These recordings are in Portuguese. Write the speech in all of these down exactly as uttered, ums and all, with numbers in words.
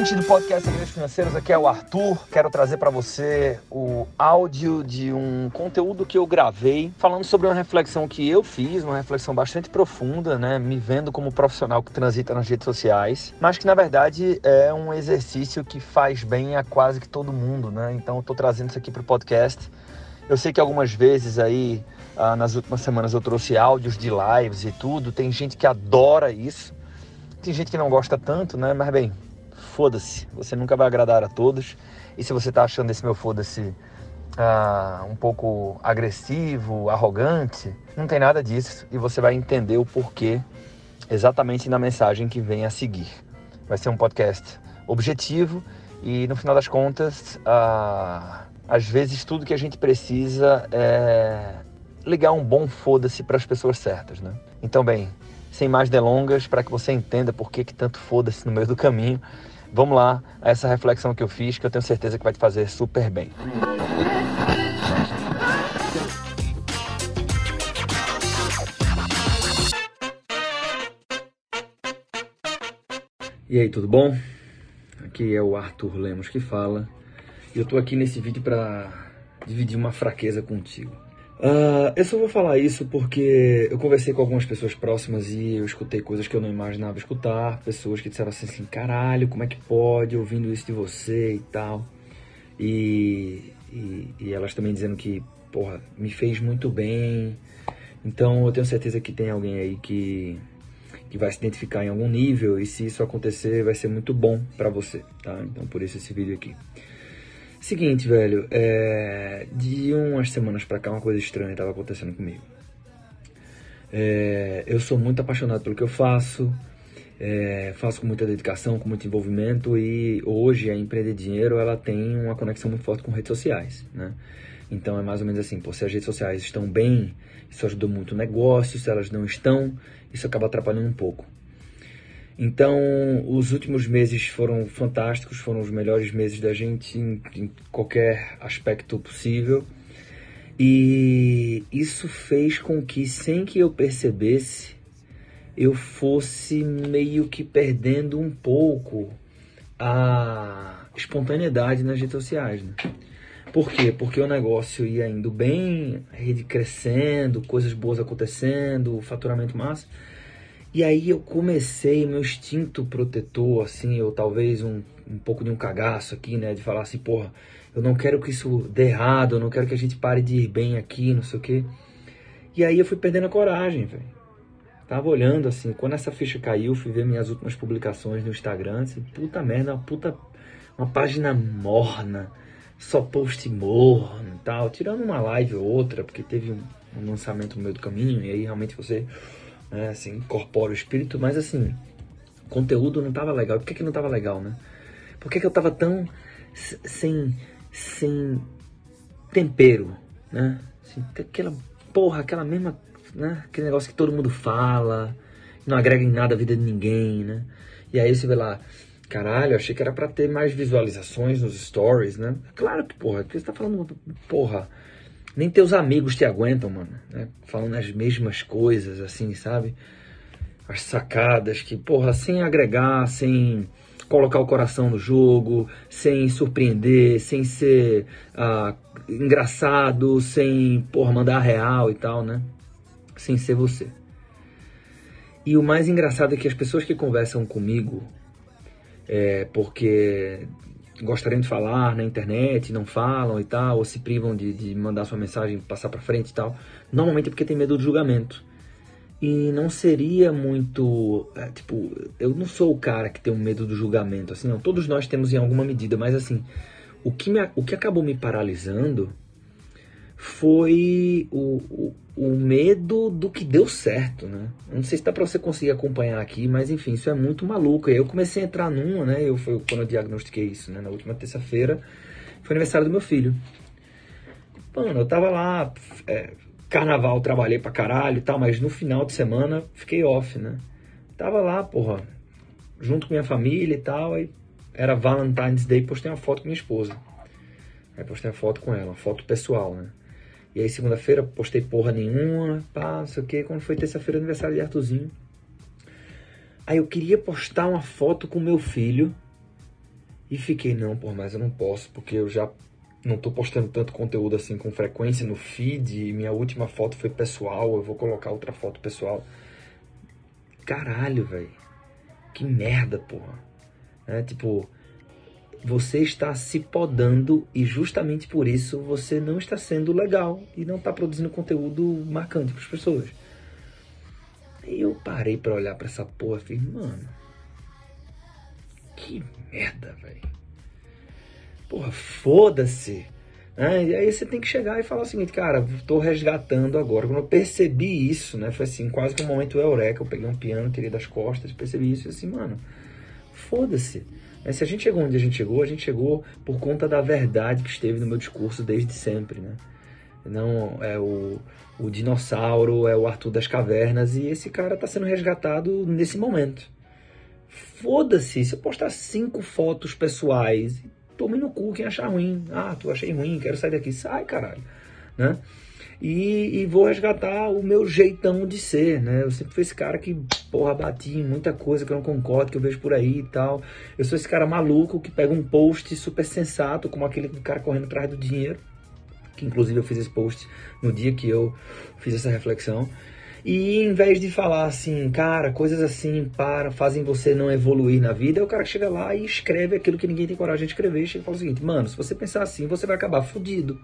ouvinte do podcast Segredos Financeiros, aqui é o Arthur. Quero trazer para você o áudio de um conteúdo que eu gravei falando sobre uma reflexão que eu fiz, uma reflexão bastante profunda, né? Me vendo como profissional que transita nas redes sociais, mas que na verdade é um exercício que faz bem a quase que todo mundo, né? Então eu tô trazendo isso aqui pro podcast. Eu sei que algumas vezes aí, ah, nas últimas semanas eu trouxe áudios de lives e tudo, tem gente que adora isso, tem gente que não gosta tanto, né? Mas bem, foda-se, você nunca vai agradar a todos. E se você tá achando esse meu foda-se ah, um pouco agressivo, arrogante, não tem nada disso e você vai entender o porquê exatamente na mensagem que vem a seguir. Vai ser um podcast objetivo e no final das contas, ah, às vezes tudo que a gente precisa é ligar um bom foda-se para as pessoas certas, né? Então bem, sem mais delongas, para que você entenda por que que tanto foda-se no meio do caminho, vamos lá a essa reflexão que eu fiz, que eu tenho certeza que vai te fazer super bem. E aí, tudo bom? Aqui é o Arthur Lemos que fala. E eu tô aqui nesse vídeo para dividir uma fraqueza contigo. Uh, eu só vou falar isso porque eu conversei com algumas pessoas próximas e eu escutei coisas que eu não imaginava escutar. Pessoas que disseram assim, assim caralho, como é que pode, ouvindo isso de você e tal. E, e, e elas também dizendo que, porra, me fez muito bem. Então eu tenho certeza que tem alguém aí que, que vai se identificar em algum nível. E se isso acontecer, vai ser muito bom pra você, tá? Então por isso esse vídeo aqui. Seguinte, velho, é, de umas semanas pra cá uma coisa estranha estava acontecendo comigo. É, eu sou muito apaixonado pelo que eu faço, é, faço com muita dedicação, com muito envolvimento e hoje a Empreender Dinheiro ela tem uma conexão muito forte com redes sociais, né? Então é mais ou menos assim, pô, se as redes sociais estão bem, isso ajuda muito o negócio, se elas não estão, isso acaba atrapalhando um pouco. Então, os últimos meses foram fantásticos, foram os melhores meses da gente em, em qualquer aspecto possível. E isso fez com que, sem que eu percebesse, eu fosse meio que perdendo um pouco a espontaneidade nas redes sociais, né? Por quê? Porque o negócio ia indo bem, a rede crescendo, coisas boas acontecendo, faturamento massa. E aí eu comecei, meu instinto protetor, assim, ou talvez um, um pouco de um cagaço aqui, né? De falar assim, porra, eu não quero que isso dê errado, eu não quero que a gente pare de ir bem aqui, não sei o quê. E aí eu fui perdendo a coragem, velho. Tava olhando, assim, quando essa ficha caiu, fui ver minhas últimas publicações no Instagram, assim, puta merda, uma puta, uma página morna, só post morno e tal. Tirando uma live ou outra, porque teve um, um lançamento no meio do caminho, e aí realmente você... É, assim, incorpora o espírito, mas assim, o conteúdo não tava legal. Por que que não tava legal, né? Por que que eu tava tão sem, sem tempero, né? Assim, aquela porra, aquela mesma, né? Aquele negócio que todo mundo fala, não agrega em nada a vida de ninguém, né? E aí você vê lá, caralho, achei que era pra ter mais visualizações nos stories, né? Claro que, porra, porque você tá falando, porra... Nem teus amigos te aguentam, mano, né? Falando as mesmas coisas, assim, sabe? As sacadas que, porra, sem agregar, sem colocar o coração no jogo, sem surpreender, sem ser ah, engraçado, sem, porra, mandar real e tal, né? Sem ser você. E o mais engraçado é que as pessoas que conversam comigo, é porque... gostariam de falar na internet, não falam e tal, ou se privam de, de mandar sua mensagem, passar pra frente e tal, normalmente é porque tem medo do julgamento. E não seria muito, é, tipo, eu não sou o cara que tem um medo do julgamento, assim, não, todos nós temos em alguma medida, mas assim, o que, me, o que acabou me paralisando foi o, o, o medo do que deu certo, né? Eu não sei se dá pra você conseguir acompanhar aqui, mas enfim, isso é muito maluco. E aí eu comecei a entrar numa, né? Eu, foi quando eu diagnostiquei isso, né? Na última terça-feira, foi aniversário do meu filho. Mano, eu tava lá, é, carnaval, trabalhei pra caralho e tal, mas no final de semana fiquei off, né? Tava lá, porra, junto com minha família e tal, aí era Valentine's Day, postei uma foto com minha esposa. Aí postei a foto com ela, uma foto pessoal, né? E aí segunda-feira postei porra nenhuma, pá, não sei o que. Quando foi terça-feira, aniversário de Arthurzinho. Aí eu queria postar uma foto com meu filho. E fiquei, não, pô, mas eu não posso, porque eu já não tô postando tanto conteúdo assim com frequência no feed, e minha última foto foi pessoal, eu vou colocar outra foto pessoal. Caralho, velho. Que merda, porra. É, tipo, você está se podando e justamente por isso você não está sendo legal e não está produzindo conteúdo marcante para as pessoas. Aí eu parei pra olhar pra essa porra e falei, mano, que merda, velho. Porra, foda-se. É, e aí você tem que chegar e falar o seguinte, cara, tô resgatando agora. Quando eu percebi isso, né, foi assim, quase que um momento eureka, eu peguei um piano, tirei das costas, percebi isso e assim, mano, foda-se. É, se a gente chegou onde a gente chegou, a gente chegou por conta da verdade que esteve no meu discurso desde sempre, né? Não é o, o dinossauro, é o Arthur das cavernas, e esse cara tá sendo resgatado nesse momento. Foda-se, se eu postar cinco fotos pessoais, tome no cu quem achar ruim. Ah, tu achei ruim, quero sair daqui. Sai, caralho. Né? E, e vou resgatar o meu jeitão de ser, né? Eu sempre fui esse cara que, porra, bati em muita coisa que eu não concordo, que eu vejo por aí e tal. Eu sou esse cara maluco que pega um post super sensato, como aquele do cara correndo atrás do dinheiro, que inclusive eu fiz esse post no dia que eu fiz essa reflexão. E em vez de falar assim, cara, coisas assim para, fazem você não evoluir na vida, é o cara que chega lá e escreve aquilo que ninguém tem coragem de escrever. Chega e fala o seguinte, mano, se você pensar assim, você vai acabar fudido.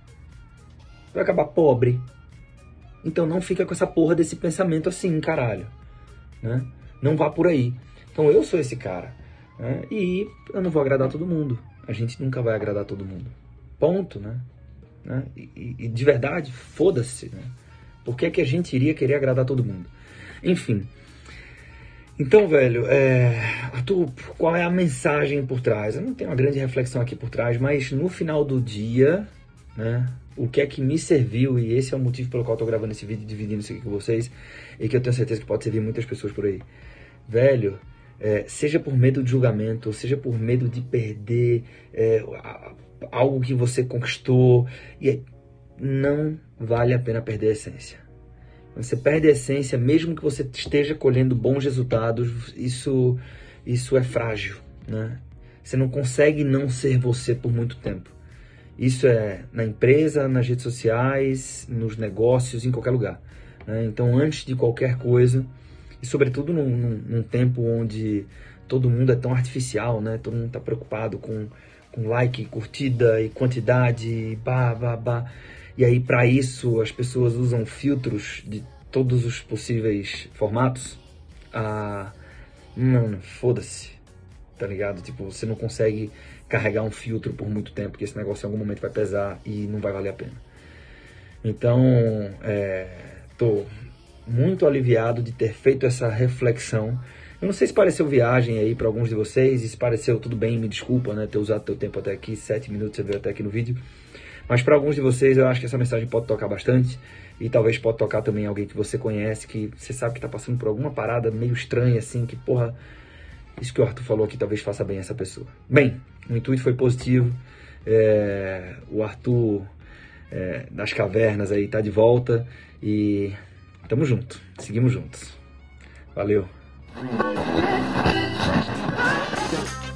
Vai acabar pobre. Então não fica com essa porra desse pensamento assim, caralho. Né? Não vá por aí. Então eu sou esse cara. Né? E eu não vou agradar todo mundo. A gente nunca vai agradar todo mundo. Ponto, né? né? E, e de verdade, foda-se, né? Por que, que a gente iria querer agradar todo mundo? Enfim. Então, velho, é... Arthur, qual é a mensagem por trás? Eu não tenho uma grande reflexão aqui por trás, mas no final do dia, né, o que é que me serviu, e esse é o motivo pelo qual eu tô gravando esse vídeo, dividindo isso aqui com vocês, e que eu tenho certeza que pode servir muitas pessoas por aí. Velho, é, seja por medo de julgamento, seja por medo de perder é, algo que você conquistou, e não vale a pena perder a essência. Quando você perde a essência, mesmo que você esteja colhendo bons resultados, isso, isso é frágil, né? Você não consegue não ser você por muito tempo. Isso é na empresa, nas redes sociais, nos negócios, em qualquer lugar. Né? Então, antes de qualquer coisa, e sobretudo num, num, num tempo onde todo mundo é tão artificial, né? Todo mundo está preocupado com, com like, curtida e quantidade, e bah, bah, bah. E aí, para isso, as pessoas usam filtros de todos os possíveis formatos. Ah, mano, foda-se, tá ligado? Tipo, você não consegue carregar um filtro por muito tempo, porque esse negócio em algum momento vai pesar e não vai valer a pena. Então, é, tô muito aliviado de ter feito essa reflexão. Eu não sei se pareceu viagem aí para alguns de vocês, e se pareceu tudo bem, me desculpa, né, ter usado teu tempo até aqui, sete minutos você veio até aqui no vídeo. Mas para alguns de vocês eu acho que essa mensagem pode tocar bastante, e talvez pode tocar também alguém que você conhece, que você sabe que tá passando por alguma parada meio estranha assim, que porra, isso que o Arthur falou aqui talvez faça bem a essa pessoa. Bem, o intuito foi positivo, é, o Arthur é, das cavernas aí tá de volta e tamo junto, seguimos juntos. Valeu!